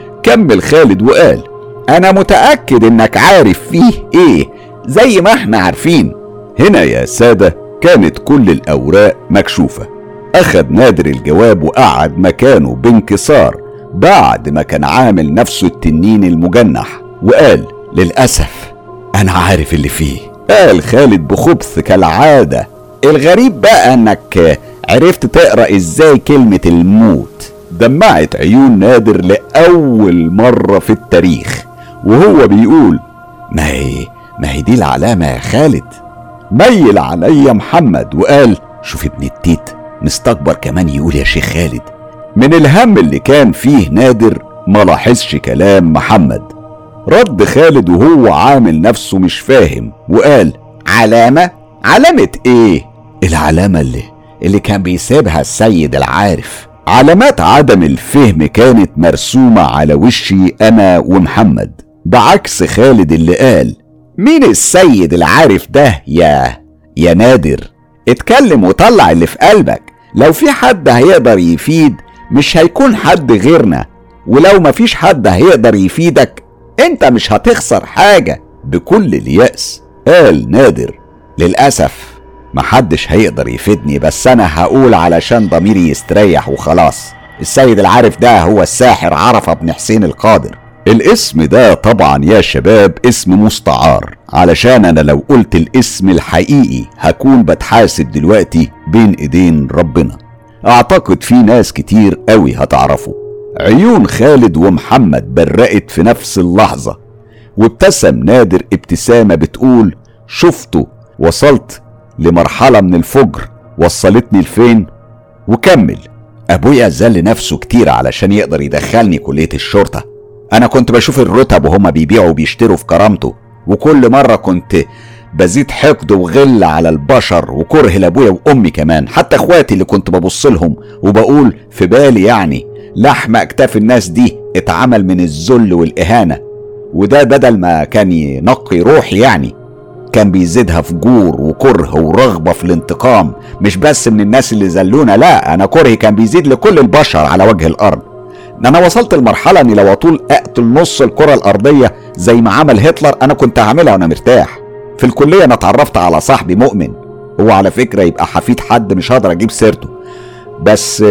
كمل خالد وقال: انا متأكد انك عارف فيه ايه زي ما احنا عارفين. هنا يا سادة كانت كل الاوراق مكشوفة. اخد نادر الجواب وقعد مكانه بانكسار بعد ما كان عامل نفسه التنين المجنح، وقال: للأسف انا عارف اللي فيه. قال خالد بخبث كالعادة: الغريب بقى انك عرفت تقرأ ازاي كلمة الموت. دمعت عيون نادر لأول مرة في التاريخ وهو بيقول: ما هي دي العلامة يا خالد. ميل عليا محمد وقال: شوف ابن التيت مستكبر كمان يقول يا شيخ خالد. من الهم اللي كان فيه نادر ما لاحظش كلام محمد. رد خالد وهو عامل نفسه مش فاهم وقال: علامة ايه؟ العلامة اللي كان بيسيبها السيد العارف. علامات عدم الفهم كانت مرسومة على وشي انا ومحمد، بعكس خالد اللي قال: مين السيد العارف ده يا نادر؟ اتكلم وطلع اللي في قلبك. لو في حد هيقدر يفيد مش هيكون حد غيرنا، ولو مفيش حد هيقدر يفيدك انت مش هتخسر حاجة. بكل اليأس قال نادر: للأسف محدش هيقدر يفيدني، بس انا هقول علشان ضميري يستريح وخلاص. السيد العارف ده هو الساحر عرفة بن حسين القادر. الاسم ده طبعا يا شباب اسم مستعار، علشان انا لو قلت الاسم الحقيقي هكون بتحاسب دلوقتي بين ايدين ربنا. اعتقد في ناس كتير قوي هتعرفه. عيون خالد ومحمد برقت في نفس اللحظة، وابتسم نادر ابتسامة بتقول: شفته، وصلت لمرحلة من الفجر وصلتني لفين. وكمل: ابويا ذل نفسه كتير علشان يقدر يدخلني كلية الشرطة. انا كنت بشوف الرتب وهما بيبيعوا وبيشتروا في كرامته، وكل مرة كنت بزيد حقد وغل على البشر وكره لابويا وامي كمان، حتى اخواتي اللي كنت ببص لهم وبقول في بالي يعني لحم اكتاف الناس دي اتعمل من الذل والاهانة، وده بدل ما كان ينقي روحي يعني كان بيزيدها فجور وكره ورغبة في الانتقام، مش بس من الناس اللي ذلونا، لا انا كرهي كان بيزيد لكل البشر على وجه الارض. انا وصلت لمرحلة اني لو اطول اقتل نص الكرة الارضية زي ما عمل هتلر انا كنت هعملها وانا مرتاح. في الكلية انا اتعرفت على صاحبي مؤمن، هو على فكرة يبقى حفيد حد مش هقدر اجيب سيرته، بس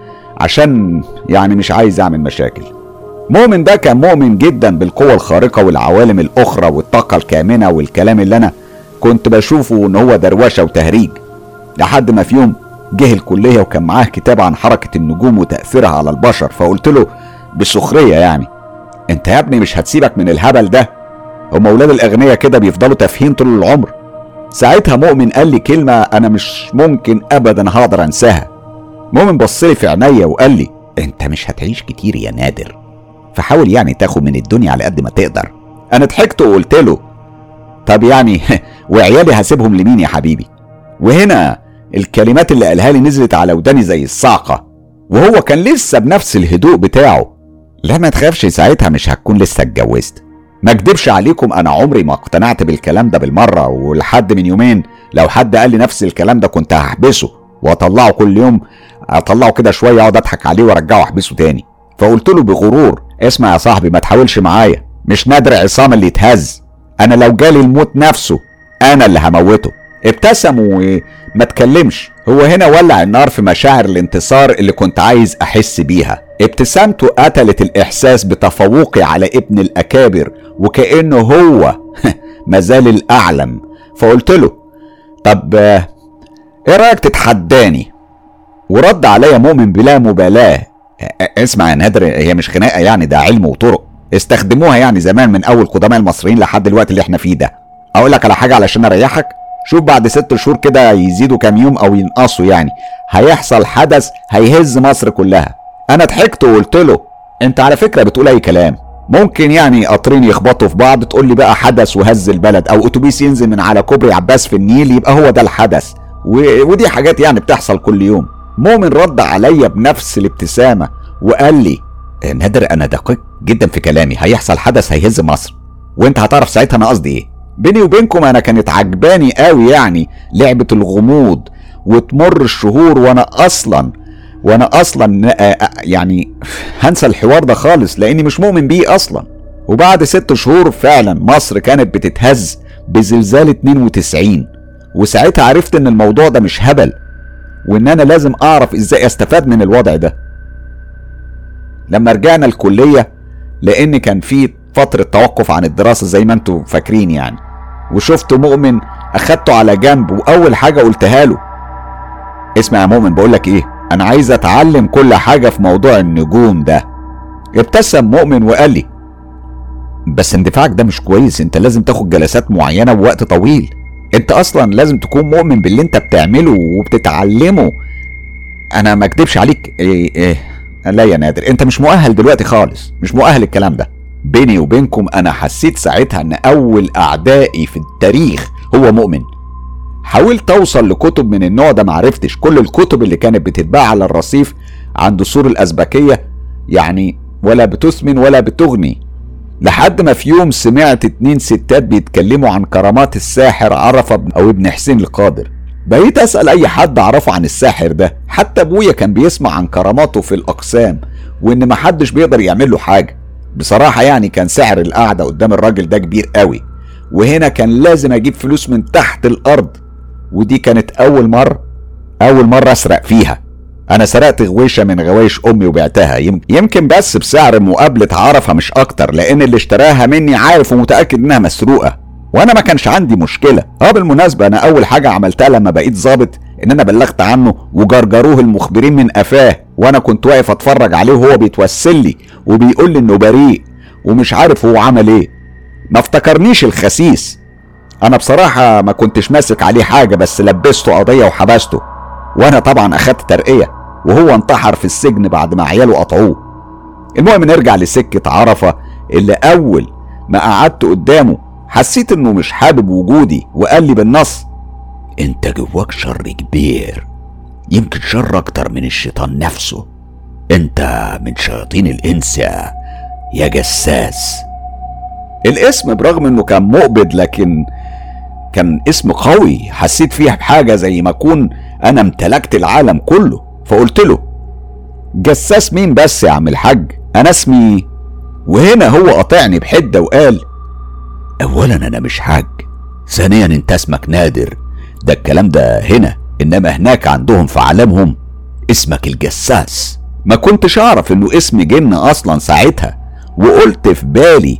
عشان يعني مش عايز اعمل مشاكل. مؤمن ده كان مؤمن جدا بالقوة الخارقة والعوالم الاخرى والطاقة الكامنة والكلام اللي انا كنت بشوفه ان هو دروشة وتهريج، لحد ما في يوم جه الكلية وكان معاه كتاب عن حركة النجوم وتأثيرها على البشر، فقلت له بسخرية يعني: انت يا ابني مش هتسيبك من الهبل ده؟ هم اولاد الاغنياء كده بيفضلوا تافهين طول العمر. ساعتها مؤمن قال لي كلمة انا مش ممكن ابدا هقدر انساها. مؤمن بصلي في عينيا وقال لي: انت مش هتعيش كتير يا نادر، فحاول يعني تاخد من الدنيا على قد ما تقدر. انا ضحكت وقلت له: طب يعني وعيالي هسيبهم لمين يا حبيبي؟ وهنا الكلمات اللي قالها لي نزلت على وداني زي الصعقة، وهو كان لسه بنفس الهدوء بتاعه: لا ما تخافش، ساعتها مش هتكون لسه اتجوزت. ما اكدبش عليكم، انا عمري ما اقتنعت بالكلام ده بالمرة، ولحد من يومين لو حد قال لي نفس الكلام ده كنت هحبسه واطلعه كل يوم، اطلعه كده شوية اقعد اضحك عليه وارجعه احبسه تاني. فقلت له بغرور: اسمع يا صاحبي، ما تحاولش معايا، مش نادر عصام اللي يتهز، انا لو جالي الموت نفسه انا اللي هموته. ابتسم وما تكلمش. هو هنا ولع النار في مشاعر الانتصار اللي كنت عايز احس بيها. ابتسامته قتلت الاحساس بتفوقي على ابن الاكابر وكأنه هو مازال الاعلم. فقلت له: طب ايه رأيك تتحداني؟ ورد عليا مؤمن بلا مبالاة: اسمع يا نادر، هي مش خناقة يعني، ده علم وطرق استخدموها يعني زمان من اول قدماء المصريين لحد الوقت اللي احنا فيه ده. اقول لك على حاجة علشان اريحك، شوف بعد 6 شهور كده يزيدوا كام يوم او ينقصوا يعني، هيحصل حدث هيهز مصر كلها. انا ضحكت وقلت له: انت على فكرة بتقول اي كلام، ممكن يعني قطرين يخبطوا في بعض تقول لي بقى حدث وهز البلد، او اتوبيس ينزل من على كوبري عباس في النيل يبقى هو ده الحدث، ودي حاجات يعني بتحصل كل يوم. مؤمن رد عليا بنفس الابتسامة وقال لي: نادر انا دقيق جدا في كلامي، هيحصل حدث هيهز مصر وانت هتعرف ساعتها انا قصدي ايه. بيني وبينكم انا كانت عجباني قوي يعني لعبة الغموض، وتمر الشهور وانا اصلا يعني هنسى الحوار ده خالص لاني مش مؤمن بيه اصلا. وبعد 6 شهور فعلا مصر كانت بتتهز بزلزال 92، وساعتها عرفت ان الموضوع ده مش هبل، وان انا لازم اعرف ازاي استفاد من الوضع ده. لما رجعنا الكلية لان كان في فترة توقف عن الدراسة زي ما انتوا فاكرين يعني، وشفت مؤمن اخدته على جنب، واول حاجة قلتها له: اسمع يا مؤمن، بقولك ايه، انا عايز اتعلم كل حاجة في موضوع النجوم ده. ابتسم مؤمن وقال لي: بس اندفاعك ده مش كويس، انت لازم تاخد جلسات معينة بوقت طويل، انت اصلا لازم تكون مؤمن باللي انت بتعمله وبتتعلمه. انا ما اكدبش عليك، لا يا نادر، انت مش مؤهل دلوقتي خالص، مش مؤهل الكلام ده. بيني وبينكم انا حسيت ساعتها ان اول اعدائي في التاريخ هو مؤمن. حاولت اوصل لكتب من النوع ده، معرفتش. كل الكتب اللي كانت بتتباع على الرصيف عند سور الازبكية يعني ولا بتثمن ولا بتغني، لحد ما في يوم سمعت 2 ستات بيتكلموا عن كرامات الساحر عرفة او ابن حسين القادر. بقيت اسأل اي حد اعرفه عن الساحر ده، حتى ابويا كان بيسمع عن كراماته في الاقسام وان محدش بيقدر يعمل له حاجة. بصراحة يعني كان سعر القعدة قدام الراجل ده كبير قوي، وهنا كان لازم اجيب فلوس من تحت الارض، ودي كانت اول مرة اسرق فيها. انا سرقت غويشة من غوايش امي وبعتها، يمكن بس بسعر مقابلة عرفها مش اكتر، لان اللي اشتراها مني عارف ومتأكد انها مسروقة، وانا ما كانش عندي مشكلة. بالمناسبة انا اول حاجة عملتها لما بقيت ظابط ان انا بلغت عنه وجرجروه المخبرين من قفاه، وانا كنت واقف اتفرج عليه وهو بيتوسل لي وبيقول لي انه بريء ومش عارف هو عمل ايه. ما افتكرنيش الخسيس، انا بصراحة ما كنتش ماسك عليه حاجة، بس لبسته قضية وحبسته، وانا طبعا اخدت ترقية وهو انتحر في السجن بعد ما عياله قطعوه. المهم نرجع لسكة عرفة اللي اول ما قعدت قدامه حسيت انه مش حابب وجودي، وقال لي بالنص: انت جواك شر كبير، يمكن شر اكتر من الشيطان نفسه، انت من شياطين الانس يا جساس. الاسم برغم انه كان مقبض لكن كان اسم قوي، حسيت فيه بحاجة زي ما اكون انا امتلكت العالم كله. فقلت له: جساس مين بس يا عم الحاج، انا اسمي. وهنا هو قطعني بحدة وقال: اولا انا مش حاج، ثانيا انت اسمك نادر، ده الكلام ده هنا، انما هناك عندهم في عالمهم اسمك الجساس. ما كنتش اعرف انه اسم جن اصلا ساعتها، وقلت في بالي: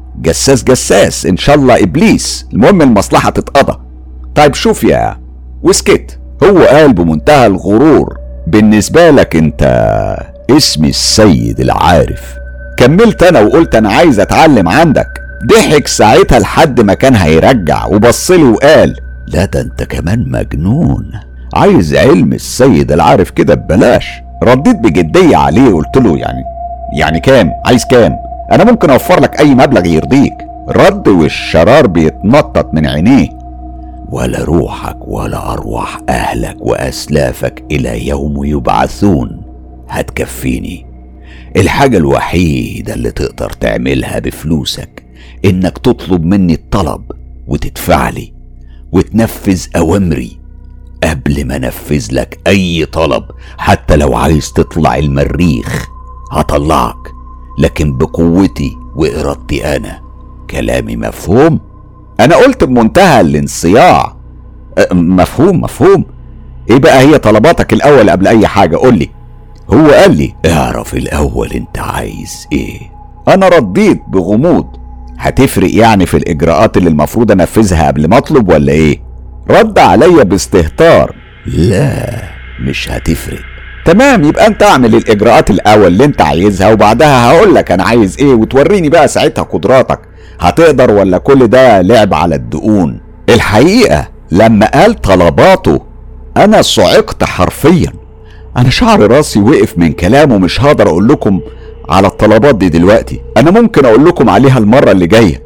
جساس ان شاء الله ابليس، المهم المصلحة تتقضى. طيب شوف وسكت. هو قال بمنتهى الغرور: بالنسبة لك انت اسمي السيد العارف. كملت انا وقلت: انا عايز اتعلم عندك. ضحك ساعتها لحد ما كان هيرجع وبصلي وقال: لا ده انت كمان مجنون، عايز علم السيد العارف كده ببلاش. رديت بجدية عليه قلت له: يعني كام؟ عايز كام؟ انا ممكن اوفر لك اي مبلغ يرضيك. رد والشرار بيتنطط من عينيه: ولا روحك ولا ارواح اهلك واسلافك الى يوم يبعثون هتكفيني. الحاجة الوحيدة اللي تقدر تعملها بفلوسك انك تطلب مني الطلب وتدفع لي وتنفذ اوامري قبل ما انفذ لك اي طلب. حتى لو عايز تطلع المريخ هطلعك، لكن بقوتي وارادتي انا. كلامي مفهوم؟ انا قلت بمنتهى الانصياع: مفهوم. ايه بقى هي طلباتك الاول قبل اي حاجة؟ قولي. هو قال لي: اعرف الاول انت عايز ايه. انا رديت بغموض: هتفرق يعني في الاجراءات اللي المفروض انفذها قبل ما اطلب ولا ايه؟ رد عليا باستهتار: لا مش هتفرق. تمام، يبقى انت اعمل الاجراءات الاول اللي انت عايزها وبعدها هقولك انا عايز ايه، وتوريني بقى ساعتها قدراتك هتقدر ولا كل ده لعب على الدقون. الحقيقة لما قال طلباته انا صعقت حرفيا. انا شعر راسي وقف من كلامه. مش هقدر اقول لكم على الطلبات دي دلوقتي، انا ممكن اقول لكم عليها المرة اللي جاية،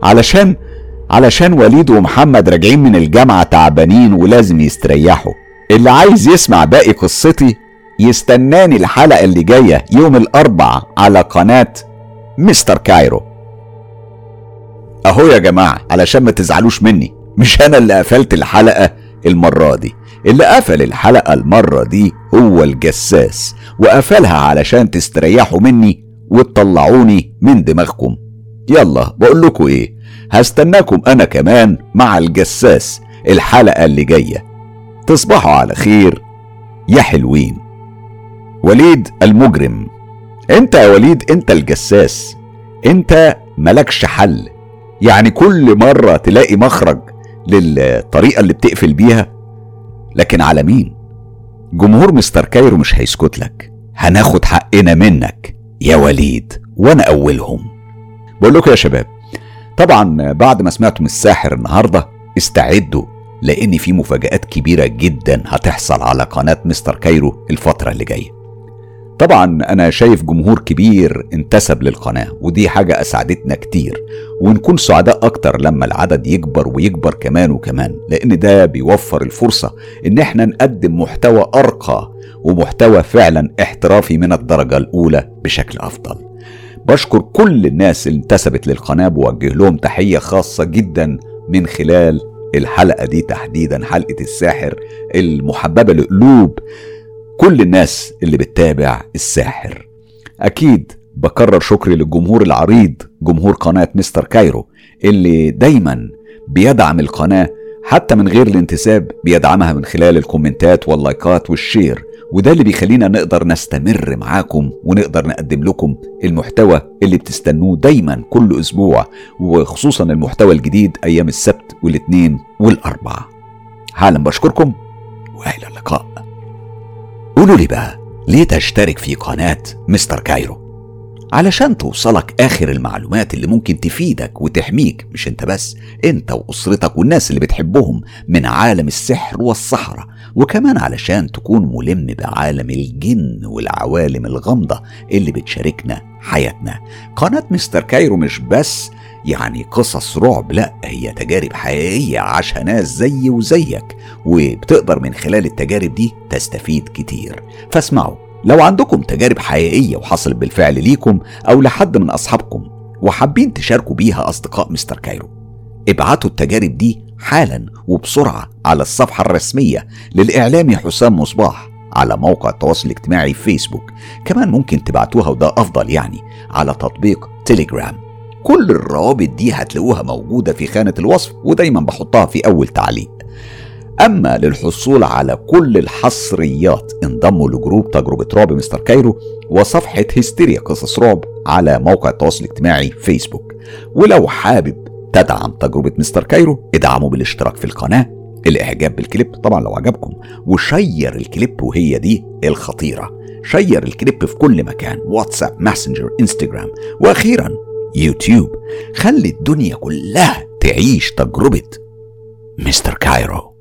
علشان وليد ومحمد راجعين من الجامعة تعبانين ولازم يستريحوا. اللي عايز يسمع باقي قصتي يستناني الحلقة اللي جاية يوم الاربع على قناة مستر كايرو. اهو يا جماعة علشان ما تزعلوش مني، مش انا اللي قفلت الحلقة المرة دي. اللي قفل الحلقة المرة دي هو الجساس، وقفلها علشان تستريحوا مني وتطلعوني من دماغكم. يلا بقول لكم ايه، هستناكم انا كمان مع الجساس الحلقة اللي جاية. تصبحوا على خير يا حلوين. وليد المجرم. انت يا وليد انت الجساس، انت ملكش حل. يعني كل مرة تلاقي مخرج للطريقة اللي بتقفل بيها، لكن على مين؟ جمهور مستر كايرو مش هيسكت لك. هناخد حقنا منك يا وليد، وانا اولهم. بقول لكم يا شباب، طبعا بعد ما سمعتم الساحر النهاردة استعدوا، لان في مفاجآت كبيرة جدا هتحصل على قناة مستر كايرو الفترة اللي جاية. طبعا انا شايف جمهور كبير انتسب للقناة، ودي حاجة اسعدتنا كتير، ونكون سعداء اكتر لما العدد يكبر ويكبر كمان وكمان، لان ده بيوفر الفرصة ان احنا نقدم محتوى ارقى ومحتوى فعلا احترافي من الدرجة الاولى بشكل افضل. بشكر كل الناس اللي انتسبت للقناة، بوجه لهم تحية خاصة جدا من خلال الحلقة دي تحديدا، حلقة الساحر المحببة لقلوب كل الناس اللي بتتابع الساحر. اكيد بكرر شكري للجمهور العريض، جمهور قناة مستر كايرو، اللي دايما بيدعم القناة حتى من غير الانتساب، بيدعمها من خلال الكومنتات واللايكات والشير، وده اللي بيخلينا نقدر نستمر معاكم ونقدر نقدم لكم المحتوى اللي بتستنوه دايما كل اسبوع، وخصوصا المحتوى الجديد ايام السبت والاثنين والاربعاء. حالا بشكركم والى اللقاء. قولوا لي بقى، ليه تشترك في قناة مستر كايرو؟ علشان توصلك آخر المعلومات اللي ممكن تفيدك وتحميك، مش انت بس، انت وأسرتك والناس اللي بتحبهم، من عالم السحر والسحرة، وكمان علشان تكون ملم بعالم الجن والعوالم الغامضة اللي بتشاركنا حياتنا. قناة مستر كايرو مش بس يعني قصص رعب، لا، هي تجارب حقيقية عاشها ناس زي وزيك، وبتقدر من خلال التجارب دي تستفيد كتير. فاسمعوا، لو عندكم تجارب حقيقية وحصلت بالفعل ليكم أو لحد من أصحابكم وحابين تشاركوا بيها أصدقاء مستر كايرو، ابعتوا التجارب دي حالا وبسرعة على الصفحة الرسمية للإعلامي حسام مصباح على موقع التواصل الاجتماعي فيسبوك. كمان ممكن تبعتوها، وده أفضل يعني، على تطبيق تيليجرام. كل الروابط دي هتلاقوها موجودة في خانة الوصف، ودايما بحطها في أول تعليق. أما للحصول على كل الحصريات انضموا لجروب تجربة رعب مستر كايرو وصفحة هستيريا قصص رعب على موقع التواصل الاجتماعي فيسبوك. ولو حابب تدعم تجربة مستر كايرو، ادعموا بالاشتراك في القناة، الاعجاب بالكليب طبعا لو عجبكم، وشير الكليب، وهي دي الخطيرة، شير الكليب في كل مكان، واتساب، ماسنجر، انستجرام، واخيرا يوتيوب. خلي الدنيا كلها تعيش تجربة مستر كايرو.